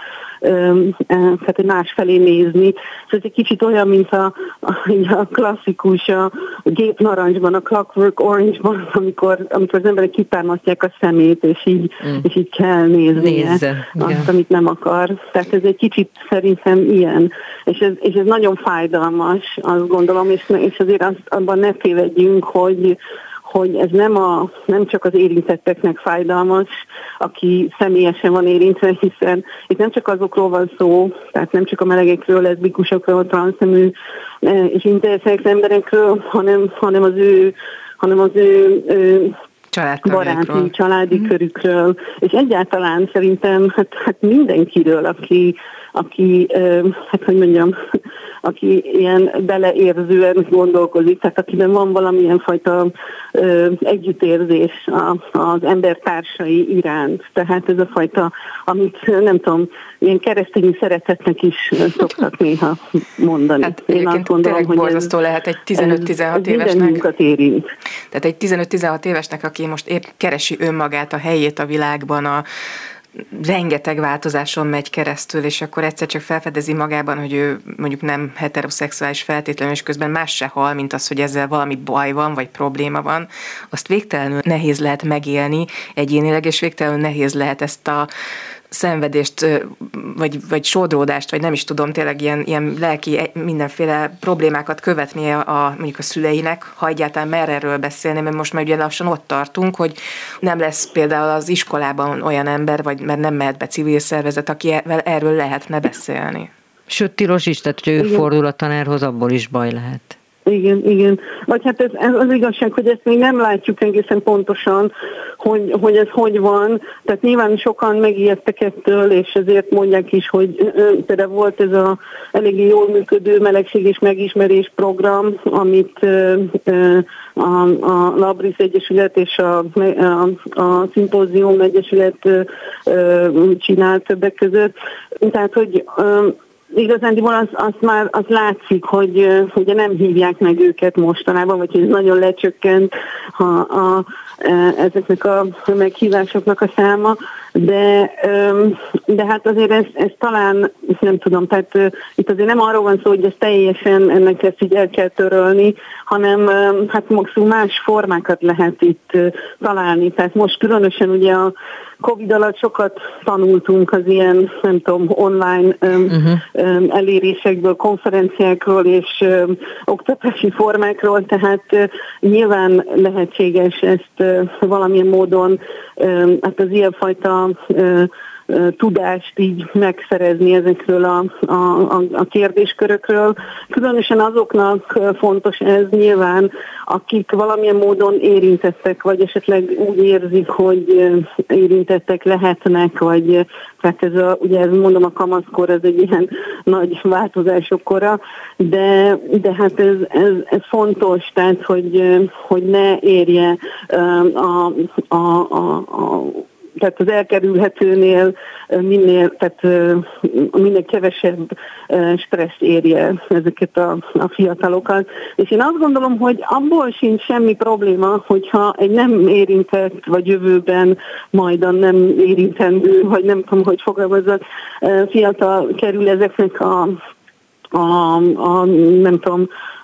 tehát másfelé nézni. Ez egy kicsit olyan, mint a, a, a klasszikus, a Gép Narancsban, a Clockwork Orange-ban, amikor, amikor az emberek kitámasztják a szemét, és így, mm. és így kell néznie Nézze, azt, igen. amit nem akar. Tehát ez egy kicsit szerintem ilyen. És ez, és ez nagyon fájdalmas, azt gondolom, és, és azért azt, abban ne tévedjünk, hogy hogy ez nem, a, nem csak az érintetteknek fájdalmas, aki személyesen van érintve, hiszen itt nem csak azokról van szó, tehát nem csak a melegekről, leszbikusokról, transznemű és interszex emberekről, hanem, hanem az ő, hanem az ő, ő baráti, családi mm. körükről, és egyáltalán szerintem hát, hát mindenkiről, aki, aki hát hogy mondjam, aki ilyen beleérzően gondolkozik, tehát akiben van valamilyen fajta ö, együttérzés a, az embertársai iránt. Tehát ez a fajta, amit nem tudom, ilyen keresztényi szeretetnek is szoktak néha mondani. Hát én azt gondolom, hogy borzasztó ez, lehet egy tizenöt-tizenhat évesnek. Érint. Tehát egy tizenöt-tizenhat évesnek, aki most épp keresi önmagát, a helyét a világban, a rengeteg változáson megy keresztül, és akkor egyszer csak felfedezi magában, hogy ő mondjuk nem heteroszexuális feltétlenül, és közben más se hal, mint az, hogy ezzel valami baj van, vagy probléma van. Azt végtelenül nehéz lehet megélni egyénileg, és végtelenül nehéz lehet ezt a szenvedést, vagy, vagy sodródást, vagy nem is tudom, tényleg ilyen, ilyen lelki mindenféle problémákat követnie a, mondjuk a szüleinek, ha egyáltalán mer erről beszélni, mert most már ugye lassan ott tartunk, hogy nem lesz például az iskolában olyan ember, vagy mert nem mehet be civil szervezet, akivel erről lehetne beszélni. Sőt, tilos is, tehát hogy ő fordul a tanárhoz, abból is baj lehet. Igen, igen. Vagy hát ez, ez az igazság, hogy ezt még nem látjuk egészen pontosan, hogy, hogy ez hogy van. Tehát nyilván sokan megijedtek ettől, és ezért mondják is, hogy például volt ez a eléggé jól működő melegség és megismerés program, amit a, a Labris Egyesület és a, a, a Szimpózium Egyesület csinált többek között. Tehát, hogy igazándiból az, az már az látszik, hogy ugye nem hívják meg őket mostanában, vagy hogy nagyon lecsökkent a, a, ezeknek a meghívásoknak a száma, de, de hát azért ez, ez talán, nem tudom, tehát itt azért nem arról van szó, hogy ez teljesen ennek ezt így el kell törölni, hanem hát maximum más formákat lehet itt találni. Tehát most különösen ugye a Covid alatt sokat tanultunk az ilyen, nem tudom, online uh-huh. elérésekből, konferenciákról és um, oktatási formákról, tehát uh, nyilván lehetséges ezt uh, valamilyen módon, um, hát az ilyenfajta uh, tudást így megszerezni ezekről a, a, a kérdéskörökről. Különösen azoknak fontos ez nyilván, akik valamilyen módon érintettek, vagy esetleg úgy érzik, hogy érintettek lehetnek, vagy tehát ez a, ugye ez mondom a kamaszkor, ez egy ilyen nagy változások kora, de, de hát ez, ez, ez fontos, tehát hogy, hogy ne érje a, a, a, a tehát az elkerülhetőnél minél, tehát minél kevesebb stresszt érje ezeket a, a fiatalokat. És én azt gondolom, hogy abból sincs semmi probléma, hogyha egy nem érintett, vagy jövőben majd a nem érintendő, vagy nem tudom, hogy fogalmazzak, fiatal kerül ezeknek a A, a nem tudom,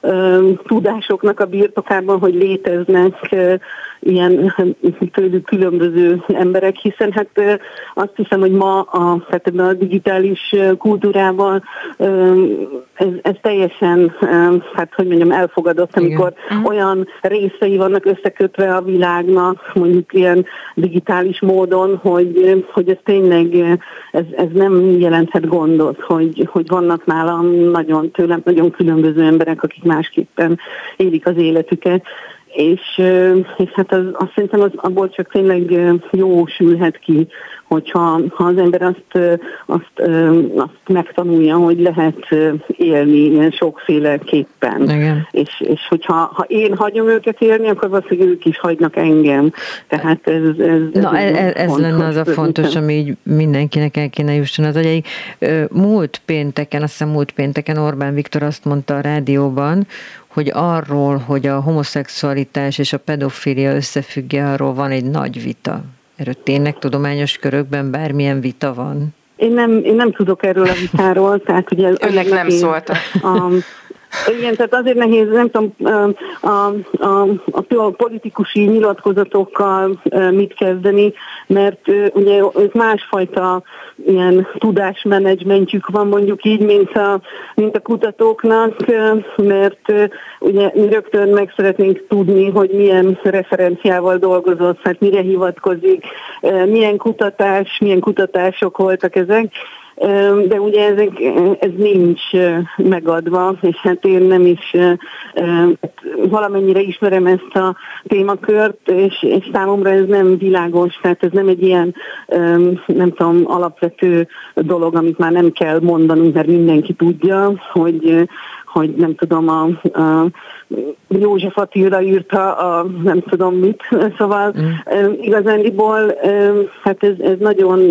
tudásoknak a birtokában, hogy léteznek ilyen tőlük különböző emberek, hiszen hát azt hiszem, hogy ma a, tehát ebben a digitális kultúrában ez, ez teljesen, hát hogy mondjam, elfogadott, amikor igen. olyan részei vannak összekötve a világnak, mondjuk ilyen digitális módon, hogy, hogy ez tényleg ez, ez nem jelenthet gondot, hogy, hogy vannak nálam nagyon tőlem nagyon különböző emberek, akik másképpen élik az életüket. És, és hát az, azt szerintem az, abból csak tényleg jó sülhet ki, hogyha ha az ember azt, azt, azt megtanulja, hogy lehet élni ilyen sokféleképpen. Igen. És, és hogyha ha én hagyom őket élni, akkor valószínűleg ők is hagynak engem. Tehát ez, ez, Na, ez, ez, ez lenne az a fontos, ami így mindenkinek el kéne jusson az agyáig. Múlt pénteken, azt hiszem múlt pénteken Orbán Viktor azt mondta a rádióban, hogy arról, hogy a homoszexualitás és a pedofília összefüggje, arról van egy nagy vita. Erről tényleg tudományos körökben bármilyen vita van? Én nem, én nem tudok erről a vitáról, tehát ugye... Önnek nem szóltak. Igen, tehát azért nehéz, nem tudom, a, a, a politikusi nyilatkozatokkal mit kezdeni, mert ugye másfajta ilyen tudásmenedzsmentjük van mondjuk így, mint a, mint a kutatóknak, mert ugye mi rögtön meg szeretnénk tudni, hogy milyen referenciával dolgozott, hát mire hivatkozik, milyen kutatás, milyen kutatások voltak ezek, de ugye ezek, ez nincs megadva, és hát én nem is valamennyire ismerem ezt a témakört, és, és számomra ez nem világos, tehát ez nem egy ilyen, nem tudom, alapvető dolog, amit már nem kell mondanunk, mert mindenki tudja, hogy hogy nem tudom, a, a József Attila írta a nem tudom mit, szóval mm. igazándiból hát ez, ez nagyon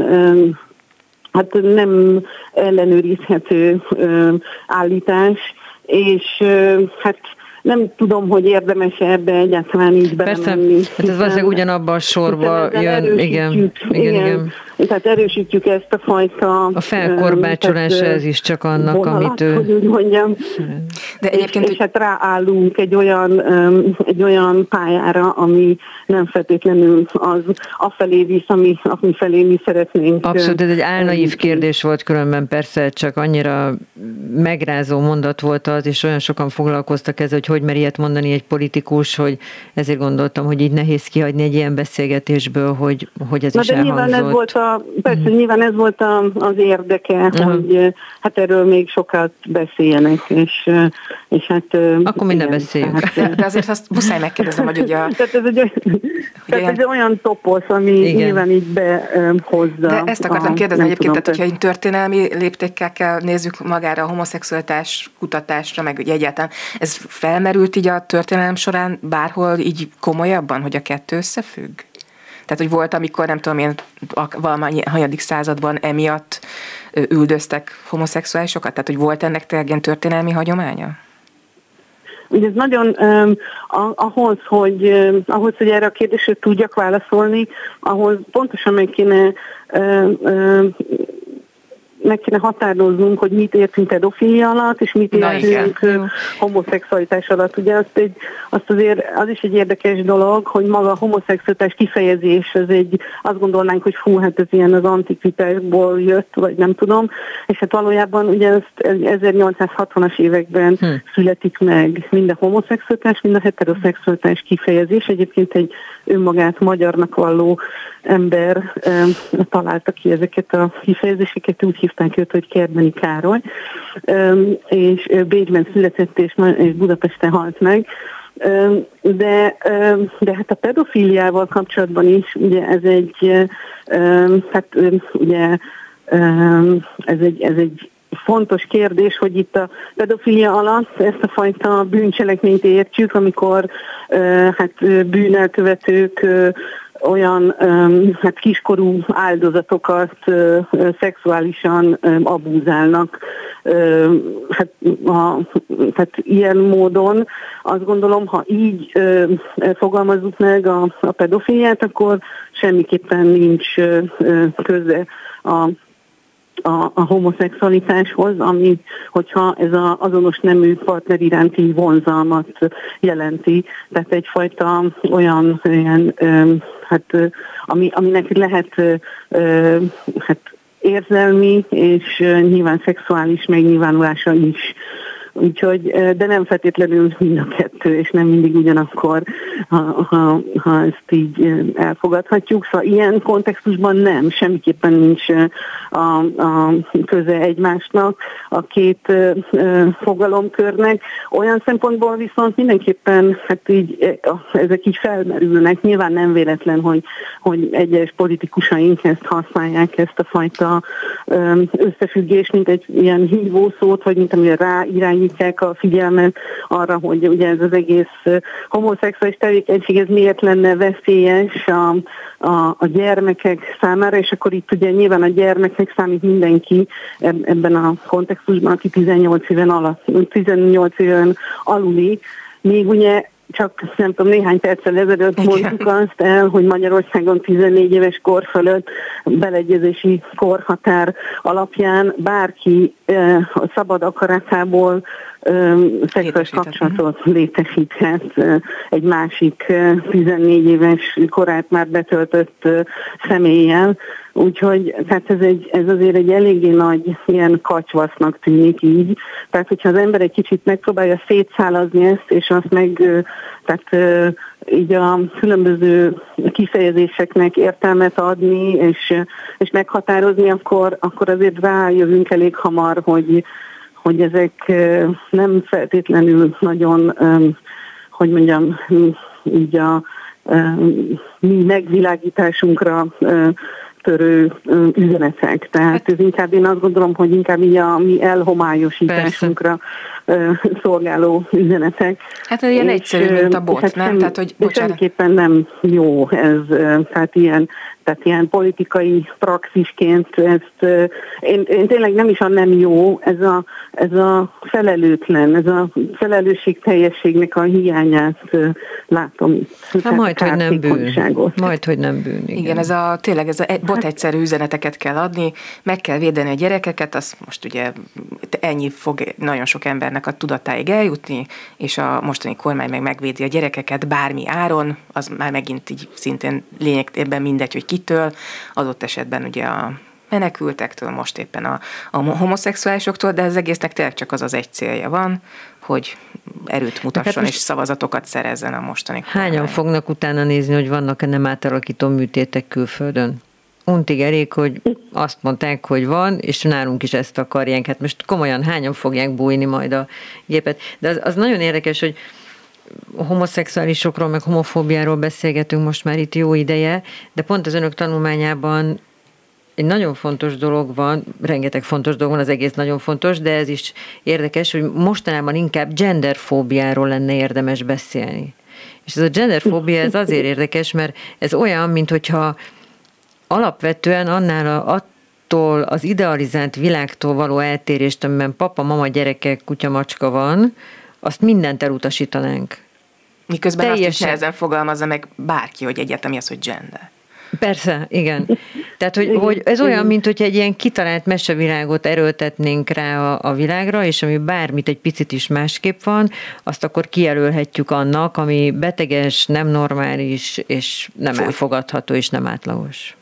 hát nem ellenőrizhető állítás, és hát nem tudom, hogy érdemes ebbe egyáltalán így belemenni. Persze, hát ez valószínűleg ugyanabban a sorba jön. Igen, igen, igen, igen. Tehát erősítjük ezt a fajta... A felkorbácsolás ez is csak annak, vonalat, amit ő... hogy úgy mondjam. De egyébként... És, és hát ráállunk egy olyan, egy olyan pályára, ami nem feltétlenül az afelé visz, ami, ami felé mi szeretnénk. Abszolút, ez egy álnaív kérdés volt különben, persze, csak annyira megrázó mondat volt az, és olyan sokan foglalkoztak ezzel, hogy hogy mer ilyet mondani egy politikus, hogy ezért gondoltam, hogy így nehéz kihagyni egy ilyen beszélgetésből, hogy, hogy ez Na is de elhangzott. Nyilván ez volt a, persze, uh-huh. nyilván ez volt a, az érdeke, uh-huh. hogy hát erről még sokat beszéljenek, és, és hát... Akkor minden beszéljünk. Hát, de azért azt muszáj megkérdezem, hogy ugye... Tehát ez egy, tehát ez egy olyan toposz, ami igen. nyilván így behozza. De ezt akartam a, kérdezni egyébként, tehát hogyha így történelmi léptékkel kell nézzük magára a homoszexualitás kutatásra, meg ugye egyáltalán, ez felmerült így a történelem során bárhol így komolyabban, hogy a kettő összefügg? Tehát, hogy volt, amikor nem tudom, ilyen valamennyi hanyadik században emiatt üldöztek homoszexuálisokat? Tehát, hogy volt ennek tényleg ilyen történelmi hagyománya? Ugye ez nagyon um, ahhoz, hogy, um, ahhoz, hogy erre a kérdésre tudjak válaszolni, ahhoz pontosan meg kéne um, um, meg kéne határoznunk, hogy mit értünk pedofilia alatt, és mit értünk homoszexualitás alatt. Ugye azt, egy, azt azért, az is egy érdekes dolog, hogy maga a homoszexualitás kifejezés, ez egy, azt gondolnánk, hogy fú, hát ez ilyen az antikvitásból jött, vagy nem tudom, és hát valójában ugye ezt ezernyolcszázhatvanas években hm. születik meg mind a homoszexualitás, mind a heteroszexualitás kifejezés. Egyébként egy önmagát magyarnak valló ember e, találta ki ezeket a kifejezéseket, úgy hívták őt, hogy Kerbeni Károly, e, és Bécsben született, és, és Budapesten halt meg. E, de, e, de hát a pedofíliával kapcsolatban is, ugye ez egy, e, hát ugye e, ez egy, ez egy fontos kérdés, hogy itt a pedofilia alatt ezt a fajta bűncselekményt értjük, amikor e, hát bűnelkövetők e, olyan hát kiskorú áldozatokat szexuálisan abúzálnak. Hát, ha, hát ilyen módon azt gondolom, ha így fogalmazzuk meg a, a pedofiliát, akkor semmiképpen nincs köze a A, a homoszexualitáshoz, ami, hogyha ez az azonos nemű partner iránti vonzalmat jelenti. Tehát egyfajta olyan, olyan hát, ami, aminek lehet hát, érzelmi és nyilván szexuális megnyilvánulása is. Úgyhogy, de nem feltétlenül mind a kettő, és nem mindig ugyanakkor, ha, ha, ha ezt így elfogadhatjuk. Szóval ilyen kontextusban nem, semmiképpen nincs a, a köze egymásnak, a két fogalomkörnek. Olyan szempontból viszont mindenképpen hát így, ezek így felmerülnek. Nyilván nem véletlen, hogy, hogy egyes politikusaink ezt használják, ezt a fajta összefüggést, mint egy ilyen hívószót, vagy mint amire ráirányít a figyelmet arra, hogy ugye ez az egész homoszexuális tevékenység, ez miért lenne veszélyes a, a, a gyermekek számára, és akkor itt ugye nyilván a gyermeknek számít mindenki ebben a kontextusban, aki tizennyolc éven alatt, tizennyolc éven aluli, még ugye csak nem tudom, néhány perccel ezelőtt mondtuk azt el, hogy Magyarországon tizennégy éves kor fölött beleegyezési korhatár alapján bárki eh, a szabad akaratából eh, szexuális kapcsolatot létesíthet eh, egy másik eh, tizennégy éves korát már betöltött eh, személlyel. Úgyhogy tehát ez, egy, ez azért egy eléggé nagy ilyen kacsvasznak tűnik így. Tehát, hogyha az ember egy kicsit megpróbálja szétszálazni ezt, és azt meg tehát, így a különböző kifejezéseknek értelmet adni, és, és meghatározni, akkor, akkor azért rájövünk elég hamar, hogy, hogy ezek nem feltétlenül nagyon, hogy mondjam, így a mi megvilágításunkra törő üzenetek. Tehát ez inkább, én azt gondolom, hogy inkább így a mi elhomályosításunkra Persze. szolgáló üzenetek. Hát ez ilyen egyszerű, mint a bot, hát nem? nem? Tehát, hogy, semmiképpen nem jó ez, tehát ilyen, tehát ilyen politikai praxisként ezt, én, én tényleg nem is a nem jó, ez a, ez a felelőtlen, ez a felelősségteljességnek a hiányát látom. Hát majd, hogy nem bűn. Majd, hogy nem bűn. Igen, igen ez a, tényleg ez a bot egyszerű üzeneteket kell adni, meg kell védeni a gyerekeket, az most ugye ennyi fog nagyon sok embernek a tudatáig eljutni, és a mostani kormány meg megvédi a gyerekeket bármi áron, az már megint így szintén lényegében mindegy, hogy kitől, adott esetben ugye a menekültektől, most éppen a, a homoszexuálisoktól, de az egésznek tényleg csak az az egy célja van, hogy erőt mutasson hát és szavazatokat szerezzen a mostani kormány. Hányan fognak utána nézni, hogy vannak-e nem átalakító műtétek külföldön? Untig elég, hogy azt mondták, hogy van, és nálunk is ezt akarják. Hát most komolyan hányan fogják bújni majd a gépet. De az, az nagyon érdekes, hogy homoszexuálisokról, meg homofóbiáról beszélgetünk most már itt jó ideje, de pont az önök tanulmányában egy nagyon fontos dolog van, rengeteg fontos dolog van, az egész nagyon fontos, de ez is érdekes, hogy mostanában inkább genderfóbiáról lenne érdemes beszélni. És ez a genderfóbia, ez azért érdekes, mert ez olyan, mint hogyha alapvetően annál a, attól az idealizált világtól való eltérést, amiben papa, mama, gyerekek, kutya, macska van, azt mindent elutasítanánk. Miközben Teljesen. Azt is nehezen fogalmazza meg bárki, hogy egyáltalán mi az, hogy gender. Persze, igen. Tehát, hogy, hogy ez olyan, mint hogy egy ilyen kitalált mesevilágot erőltetnénk rá a, a világra, és ami bármit egy picit is másképp van, azt akkor kijelölhetjük annak, ami beteges, nem normális, és nem elfogadható, és nem átlagos.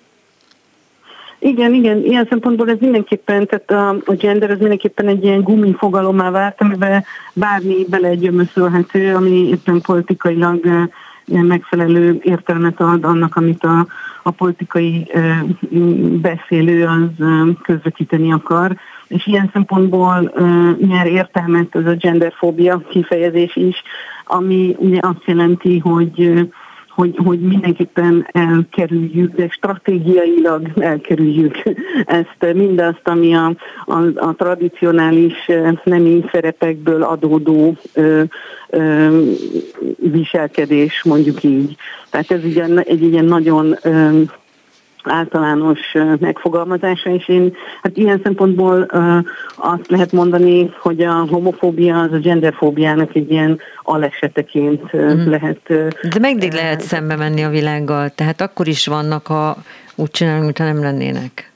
Igen, igen, ilyen szempontból ez mindenképpen, tehát a, a gender az mindenképpen egy ilyen gumifogalommá vált, amiben bármi belegyömöszölhető, ami éppen politikailag megfelelő értelmet ad annak, amit a, a politikai beszélő az közvetíteni akar. És ilyen szempontból nyer értelmet ez a genderfóbia kifejezés is, ami ugye azt jelenti, hogy Hogy, hogy mindenképpen elkerüljük, de stratégiailag elkerüljük ezt, mindazt, ami a, a, a tradicionális nemi szerepekből adódó ö, ö, viselkedés, mondjuk így. Tehát ez ugye egy ilyen nagyon ö, általános megfogalmazása, és én hát ilyen szempontból uh, azt lehet mondani, hogy a homofóbia az a genderfóbiának egy ilyen aleseteként uh, mm. lehet. Uh, De megdig lehet uh, szembe menni a világgal, tehát akkor is vannak, ha úgy csinálunk, mintha nem lennének.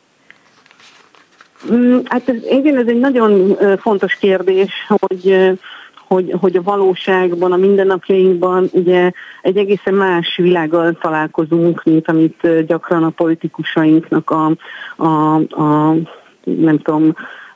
Um, hát ez, igen, ez egy nagyon uh, fontos kérdés, hogy uh, Hogy, hogy a valóságban, a mindennapjainkban ugye egy egészen más világgal találkozunk, mint amit gyakran a politikusainknak a, a, a nem tudom,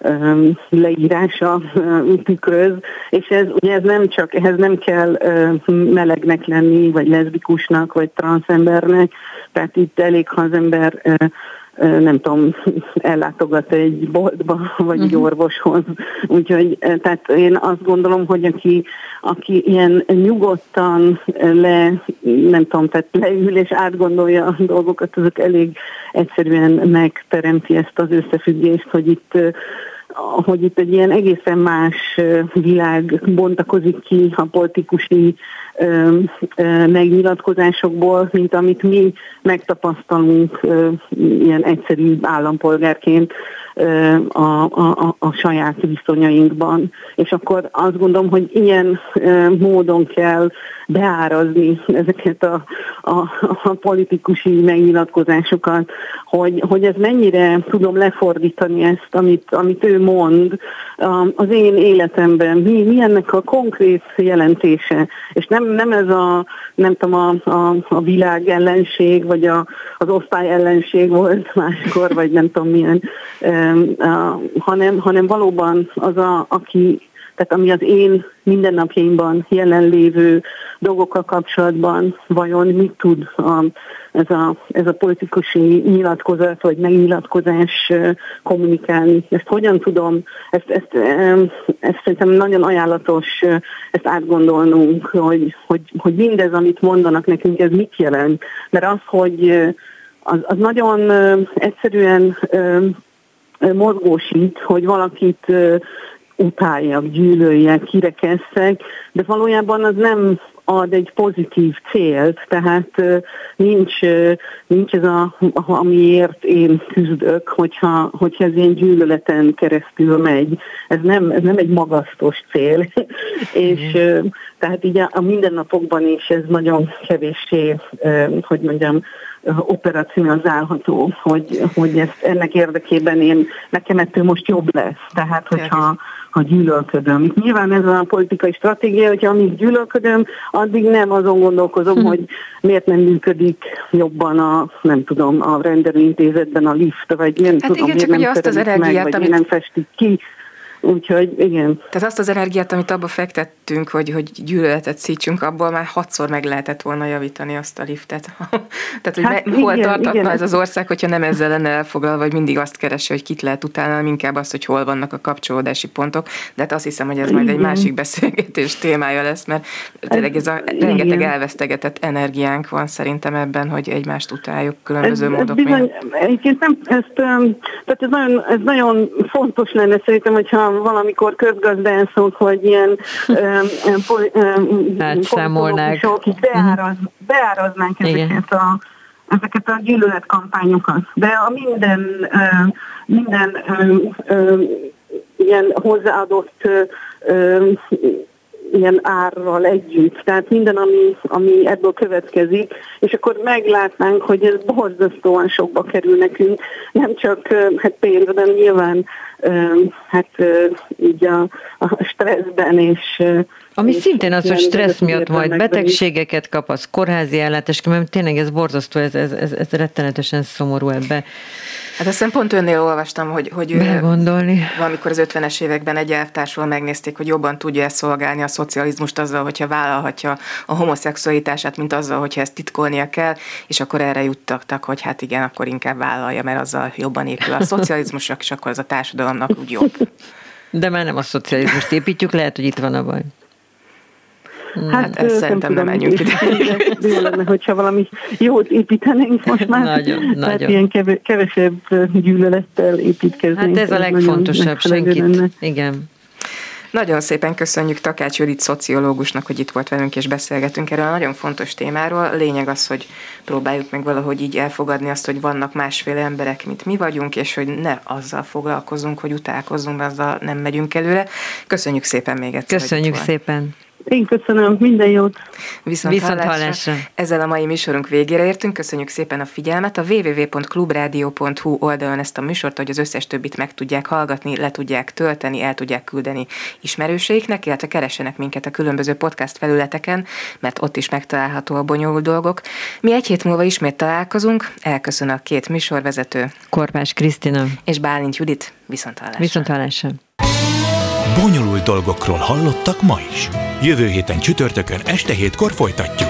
leírása tükröz, és ez ugye ez nem csak, ehhez nem kell melegnek lenni, vagy leszbikusnak, vagy transzembernek, tehát itt elég, ha az ember nem tudom, ellátogat egy boltba, vagy egy orvoshoz. Úgyhogy tehát én azt gondolom, hogy aki, aki ilyen nyugodtan le, nem tudom, tehát leül és átgondolja a dolgokat, azok elég egyszerűen megteremti ezt az összefüggést, hogy itt hogy itt egy ilyen egészen más világ bontakozik ki a politikusi ö, ö, megnyilatkozásokból, mint amit mi megtapasztalunk ö, ilyen egyszerű állampolgárként ö, a, a, a saját viszonyainkban. És akkor azt gondolom, hogy ilyen ö, módon kell beárazni ezeket a, a, a politikusi megnyilatkozásokat, hogy, hogy ez mennyire tudom lefordítani ezt, amit, amit ő mond az én életemben, mi, mi ennek a konkrét jelentése. És nem, nem ez a, nem tudom, a, a, a világ ellenség, vagy a, az osztály ellenség volt máskor, vagy nem tudom milyen, um, uh, hanem, hanem valóban az, a, aki tehát ami az én mindennapjaimban jelenlévő dolgokkal kapcsolatban vajon mit tud a, ez, a, ez a politikusi nyilatkozat vagy megnyilatkozás kommunikálni. Ezt hogyan tudom, ezt, ezt, ezt szerintem nagyon ajánlatos ezt átgondolnunk, hogy, hogy, hogy mindez, amit mondanak nekünk, ez mit jelent. Mert az, hogy az, az nagyon egyszerűen mozgósít, hogy valakit utáljak, gyűlöljek, kirekesszek, de valójában az nem ad egy pozitív célt, tehát nincs, nincs ez, a, amiért én küzdök, hogyha, hogyha ez ilyen gyűlöleten keresztül megy. Ez nem, ez nem egy magasztos cél, és tehát így a mindennapokban is ez nagyon kevéssé, hogy mondjam, operacionalizálható, hogy, hogy ezt ennek érdekében én, nekem ettől most jobb lesz. Tehát, hogyha ha gyűlölködöm. Itt nyilván ez a politikai stratégia, hogyha amíg gyűlölködöm, addig nem azon gondolkozom, hm. hogy miért nem működik jobban a, nem tudom, a rendelőintézetben a lift, vagy nem hát tudom, igen, miért nem azt az energiát, meg, vagy amit... nem festik ki. Úgyhogy igen. Tehát azt az energiát, amit abba fektettünk, hogy, hogy gyűlöletet szítsünk, abból már hatszor meg lehetett volna javítani azt a liftet. Tehát, hogy hát me, igen, hol tartatna igen. ez az ország, hogyha nem ezzel lenne elfoglalva, vagy mindig azt keresi, hogy kit lehet utána, inkább azt, hogy hol vannak a kapcsolódási pontok. De hát azt hiszem, hogy ez majd igen. egy másik beszélgetés témája lesz, mert tényleg ez a rengeteg igen. elvesztegetett energiánk van szerintem ebben, hogy egymást utáljuk különböző ez, módok ez bizony, egyébként nem, ezt, tehát ez nagyon, ez nagyon fontos lenne szerintem, hogyha valamikor közgazdászok, hogy ilyen politikusok így beáraz, beáraznánk ezeket a, ezeket a gyűlöletkampányokat. De a minden, minden ilyen hozzáadott ilyen árral együtt, tehát minden, ami, ami ebből következik, és akkor meglátnánk, hogy ez borzasztóan sokba kerül nekünk, nem csak hát pénz, de nyilván hát így a, a stresszben és ami és szintén az, hogy stressz miatt majd betegségeket kap, az kórházi ellátás, mert tényleg ez borzasztó, ez, ez, ez, ez rettenetesen szomorú ebbe. Hát aztán pont önnél olvastam, hogy, hogy valamikor az ötvenes években egy elvtársról megnézték, hogy jobban tudja ezt szolgálni a szocializmust azzal, hogyha vállalhatja a homoszexualitását, mint azzal, hogyha ezt titkolnia kell, és akkor erre juttattak, hogy hát igen, akkor inkább vállalja, mert azzal jobban épül a szocializmusnak, és akkor az a társadalomnak úgy jobb. De már nem a szocializmust építjük, lehet, hogy itt van a baj. Hát, hát ezt szerintem nem menjünk ide. Jó lenne, hogyha valami jót építenénk most már. Nagyon, tehát nagyon. ilyen kevesebb gyűlölettel építkeznénk. Hát ez a legfontosabb, senkit. Lenne. Igen. Nagyon szépen köszönjük Takács Judit szociológusnak, hogy itt volt velünk és beszélgetünk erről a nagyon fontos témáról. A lényeg az, hogy próbáljuk meg valahogy így elfogadni azt, hogy vannak másféle emberek, mint mi vagyunk, és hogy ne azzal foglalkozunk, hogy utálkozzunk, de azzal nem megyünk előre. Köszönjük szépen még egyszer. Köszönjük szépen. Én köszönöm, minden jót. Viszont, Viszont hallásra. hallásra. Ezzel a mai műsorunk végére értünk. Köszönjük szépen a figyelmet. A double-u double-u double-u pont klubrádió pont hu oldalon ezt a műsort, hogy az összes többit meg tudják hallgatni, le tudják tölteni, el tudják küldeni ismerőseiknek, illetve keressenek minket a különböző podcast felületeken, mert ott is megtalálható a bonyolult dolgok. Mi egy hét múlva ismét találkozunk. Elköszön a két műsorvezető. Korpás Krisztina. És Bálint Judit. Viszont hallásra. Viszont hallásra. Bonyolult dolgokról hallottak ma is. Jövő héten csütörtökön este hétkor folytatjuk.